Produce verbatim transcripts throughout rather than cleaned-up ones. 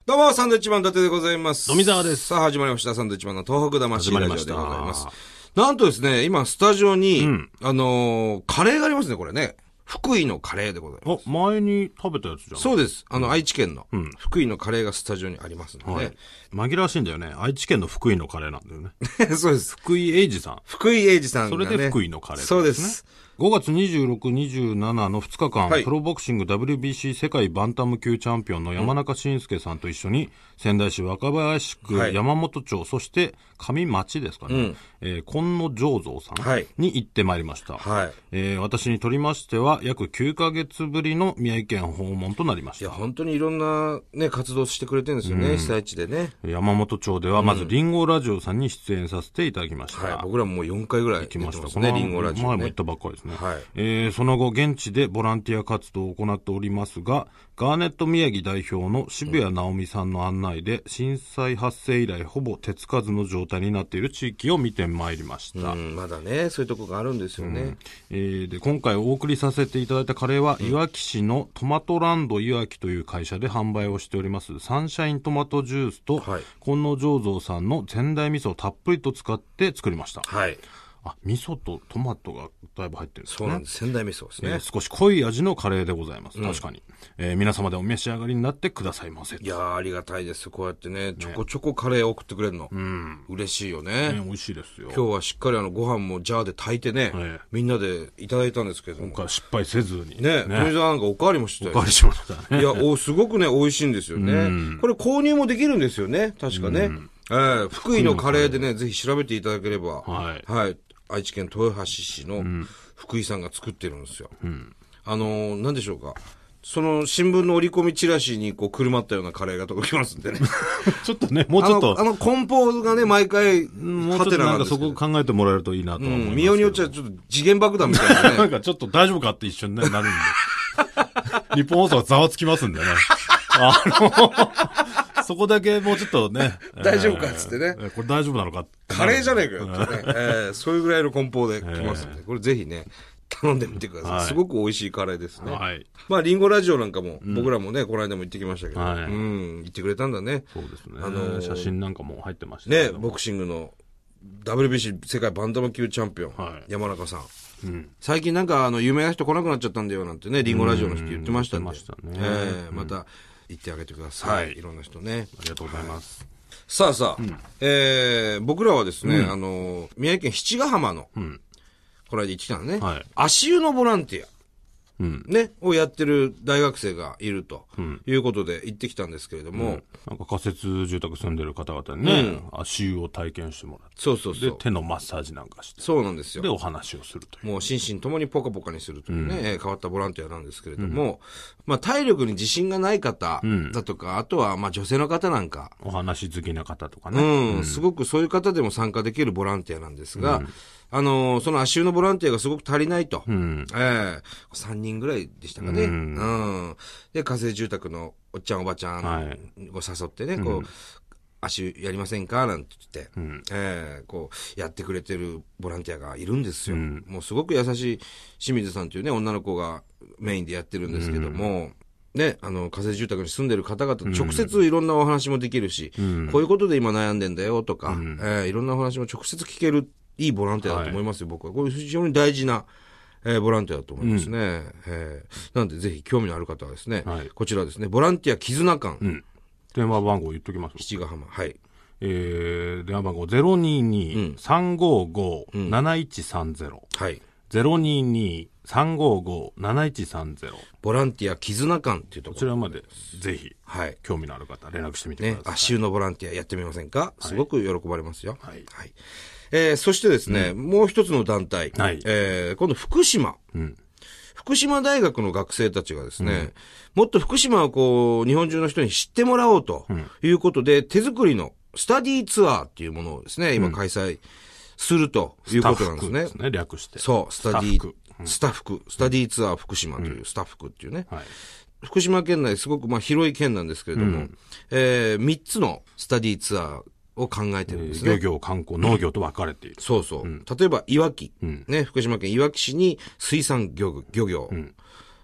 どうも、サンドウィッチマン伊達でございます。 富澤です。 さあ、始まりました。サンドウィッチマンの東北魂ラジオでございます。なんとですね、今、スタジオに、うん、あのー、カレーがありますね、これね。福井のカレーでございます。 あ、前に食べたやつじゃん。 そうです。あの、うん、愛知県の、福井のカレーがスタジオにありますので、はい、 紛らわしいんだよね。愛知県の福井のカレーなんだよね。 そうです。 福井英二さん。 福井英二さんがね。 それで福井のカレー、ね。 そうです。 ごがつにじゅうろく、にじゅうしちのふつかかん、はい、プロボクシング ダブリュービーシー 世界バンタム級チャンピオンの山中慎介さんと一緒に、仙台市若林区山本町、はい、そして上町ですかね、うんえー、今野醸造さんに行ってまいりました。はいえー、私にとりましては、約きゅうかげつぶりの宮城県訪問となりました。 いや、本当にいろんな、ね、活動してくれてるんですよね、うん、被災地でね。 山本町では、まずリンゴラジオさんに出演させていただきました。 はい、僕らももうよんかいぐらい行きましたね、リンゴラジオ、ね。 前も行ったばっかりですね。 はいえー、その後、現地でボランティア活動を行っておりますが、ガーネット宮城代表の渋谷直美さんの案内で、震災発生以来ほぼ手つかずの状態になっている地域を見てまいりました。 うん、まだね、そういうとこがあるんですよね。うんえー、で今回お送りさせていただいたカレーは、うん、いわき市のトマトランドいわきという会社で販売をしておりますサンシャイントマトジュースと、はい、今野醸造さんの仙台味噌をたっぷりと使って作りました。 はいあ、味噌とトマトがだいぶ入ってるんですね。 そうなんです。仙台味噌ですね、えー。少し濃い味のカレーでございます。 うん、 確かに、えー。皆様でお召し上がりになってくださいませ。 いやー、ありがたいです。こうやってね、ちょこちょこカレーを送ってくれるの。うん、嬉しいよね。 ね、美味しいですよ。 今日はしっかりあのご飯もジャーで炊いてね、ねみんなでいただいたんですけども。 今回失敗せずに。 ね、富澤なんかおかわりもしてたよ。 おかわりしましたね。 いや、お、すごくね、美味しいんですよね。うん、これ購入もできるんですよね。確かね。うんえー、福井のカレーでね、ぜひ調べていただければ。はい。はい。愛知県豊橋市の福井さんが作ってるんですよ。うん、あのー、なんでしょうか。その新聞の折り込みチラシにこうくるまったようなカレーが届きますんでね。 ちょっとね、もうちょっと。 あの、あの梱包がね、毎回、 もうちょっとなんかそこ考えてもらえるといいなと思いますけど。うん、 見ようによっちゃちょっと次元爆弾みたいなね。 なんかちょっと大丈夫かって一緒に、ね、なるんで。日本放送がざわつきますんでね。あの、そこだけもうちょっとね。 大丈夫かっつってね。 えー、これ大丈夫なのかカレーじゃねえかよってね。えー、そういうぐらいの梱包で来ますんで、これぜひね、頼んでみてください。はい、すごく美味しいカレーですね。はい、まあ、リンゴラジオなんかも、うん、僕らもね、この間も行ってきましたけど、はい、うん、行ってくれたんだね。 そうですね。あのー、写真なんかも入ってましたね。 ね、ボクシングの ダブリュービーシー 世界バンタム級チャンピオン、はい、山中さん。うん、最近なんかあの有名な人来なくなっちゃったんだよなんてね、リンゴラジオの人言ってましたんで、 ましたね。 えー、また行ってあげてください。はい、いろんな人ね。 ありがとうございます。 はい、さあさあ、うん、えー、僕らはですね、うん、あの宮城県七ヶ浜の、うん、この間行ってきたのね、はい、足湯のボランティア。うん、ね、をやってる大学生がいるということで行ってきたんですけれども、うん、 なんか仮設住宅住んでる方々にね、うん、足湯を体験してもらって、 そうそうそう。 で、手のマッサージなんかして。 そうなんですよ。 で、お話をするという。 もう心身ともにポカポカにするというね、うん、変わったボランティアなんですけれども、うん、まあ体力に自信がない方だとか、うん、あとはまあ女性の方なんか。 お話好きな方とかね。 うん、うん、すごくそういう方でも参加できるボランティアなんですが、うんあのー、その足湯のボランティアがすごく足りないと。うん、ええー、さんにんぐらいでしたかね。うん。うん、で、火星住宅のおっちゃんおばちゃんを誘ってね、はい、こう、うん、足湯やりませんかなんて言って、うん、ええー、こう、やってくれてるボランティアがいるんですよ。うん、もうすごく優しい清水さんというね、女の子がメインでやってるんですけども、うん、ね、あの、火星住宅に住んでる方々と直接いろんなお話もできるし、うん、こういうことで今悩んでんだよとか、うん、えー、いろんなお話も直接聞ける。いいボランティアだと思いますよ、はい、僕は。これ非常に大事な、えー、ボランティアだと思いますね。うんえー、なんでぜひ興味のある方はですね、はい、こちらですね、ボランティア絆館。うん、 電話番号言っときます。 七ヶ浜。はい。 えー、電話番号 ゼロにーにーさんごーごーなないちさんゼロ、うん、はい。ゼロにーにーさんごーごーなないちさんゼロボランティア絆館っていうところ。 こちらまでぜひ、はい、興味のある方連絡してみてください。 ね、足湯のボランティアやってみませんか？すごく喜ばれますよ。はい。はいえー、そしてですね、うん、もう一つの団体、はいえー、今度福島、うん、福島大学の学生たちがですね、うん、もっと福島をこう日本中の人に知ってもらおうということで、うん、手作りのスタディツアーっていうものをですね、今開催するということなんですね。 スタッフですね、略して。 そう、スタディ、スタッフ、スタディツアー福島というスタッフっていうね。うんはい、福島県内すごくまあ広い県なんですけれども、うん、えー、みっつのスタディツアーを考えてるんですね。 漁業、観光、農業と分かれている。 うん、そうそう。うん、例えば、いわき、うん。ね、福島県いわき市に水産漁、漁業。うん、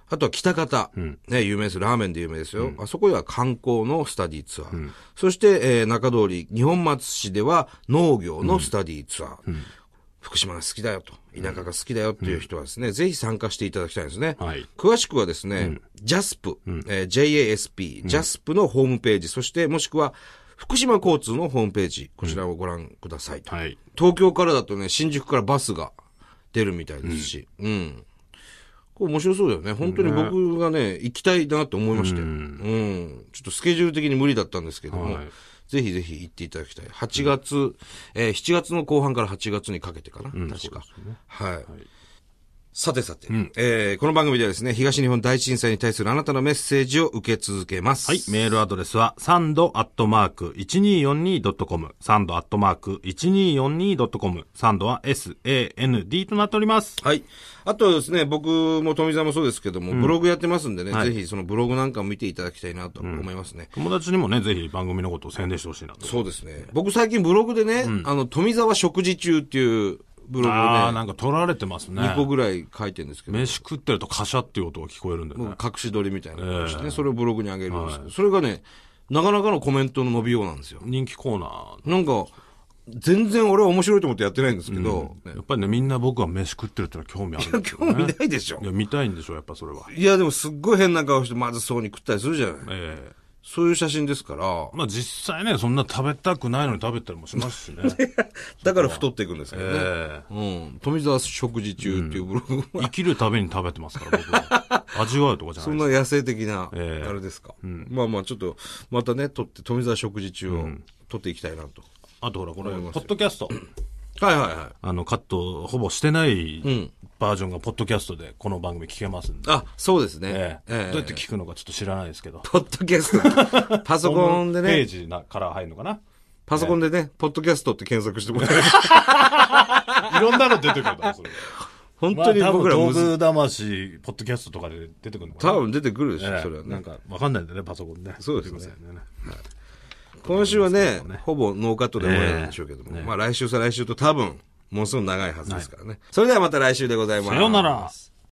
あとは北方、うん、ね、有名です。ラーメンで有名ですよ。うん、あそこでは観光のスタディツアー。うん、そして、えー、中通り、二本松市では農業のスタディツアー。うんうん、福島が好きだよと、田舎が好きだよっていう人はですね、うん、ぜひ参加していただきたいんですね。はい、詳しくはですね、うん、ジャスプ、うんえー、ジェイエーエスピー、うん、ジャスプのホームページ、そしてもしくは、福島交通のホームページ、こちらをご覧くださいと、うんはい。東京からだとね、新宿からバスが出るみたいですし、うん。うんこれ面白そうだよね。本当に僕がね、行きたいなって思いまして。うん。うん。ちょっとスケジュール的に無理だったんですけども、はい、ぜひぜひ行っていただきたい。はちがつ、うん、えー、しちがつの後半からはちがつにかけてかな。うん、確か、ね。はい。はいさてさて、うんえー、この番組ではですね、東日本大震災に対するあなたのメッセージを受け続けます。 はい、メールアドレスはサンドアットマーク いちにーよんにードットコム サンドアットマーク いちにーよんにードットコム サンドは エスエーエヌディー となっております。 はい。あとですね、僕も富澤もそうですけども、うん、ブログやってますんでね、はい、ぜひそのブログなんかも見ていただきたいなと思いますね。 うん、友達にもね、ぜひ番組のことを宣伝してほしいなと。 そうですね。僕最近ブログでね、うん、あの、富澤食事中っていう、ブログでね。 ああ、なんか撮られてますね。 にこぐらい書いてるんですけど。 飯食ってるとカシャっていう音が聞こえるんでね。 隠し撮りみたいな感じでね、えー、それをブログに上げるんですけど、はい、それがね、なかなかのコメントの伸びようなんですよ。 人気コーナー。なんか、全然俺は面白いと思ってやってないんですけど。 うんね、やっぱりね、みんな僕は飯食ってるってのは興味あるんですよ、ね。 興味ないでしょ。 いや、見たいんでしょ、やっぱそれは。 いや、でもすっごい変な顔してまずそうに食ったりするじゃない。ええーそういう写真ですから。 まあ実際ね、そんな食べたくないのに食べたりもしますしね。 だから太っていくんですけどね。えー、うん。富澤食事中っていうブログ、うん、 生きるために食べてますから、僕は。味わうとかじゃないですか。 そんな野生的な、えー、あれですか、うん。まあまあちょっと、またね、撮って、富澤食事中を撮っていきたいなと。 あとほら、これ、ポッドキャスト。 はいはいはい。 あの、カットほぼしてないバージョンがポッドキャストでこの番組聞けますんで。 あ、そうですね。 ええええ、どうやって聞くのかちょっと知らないですけど。 ポッドキャスト。パソコンでね。 ページなから入るのかな。 パソコンでね、ええ、ポッドキャストって検索してもらえる。 いろんなの出てくるんだ、それ。 本当に僕らも。まあ、道具魂、ポッドキャストとかで出てくるのかな。 多分出てくるでしょ、ええ、それはね。 なんかわかんないんだね、パソコンで、ね。 そうですね。今週はね、ほぼノーカットで終わりなんでしょうけども、ええ、まあ来週再来週と多分、もうすぐ長いはずですからね。はい、それではまた来週でございます。 さようなら。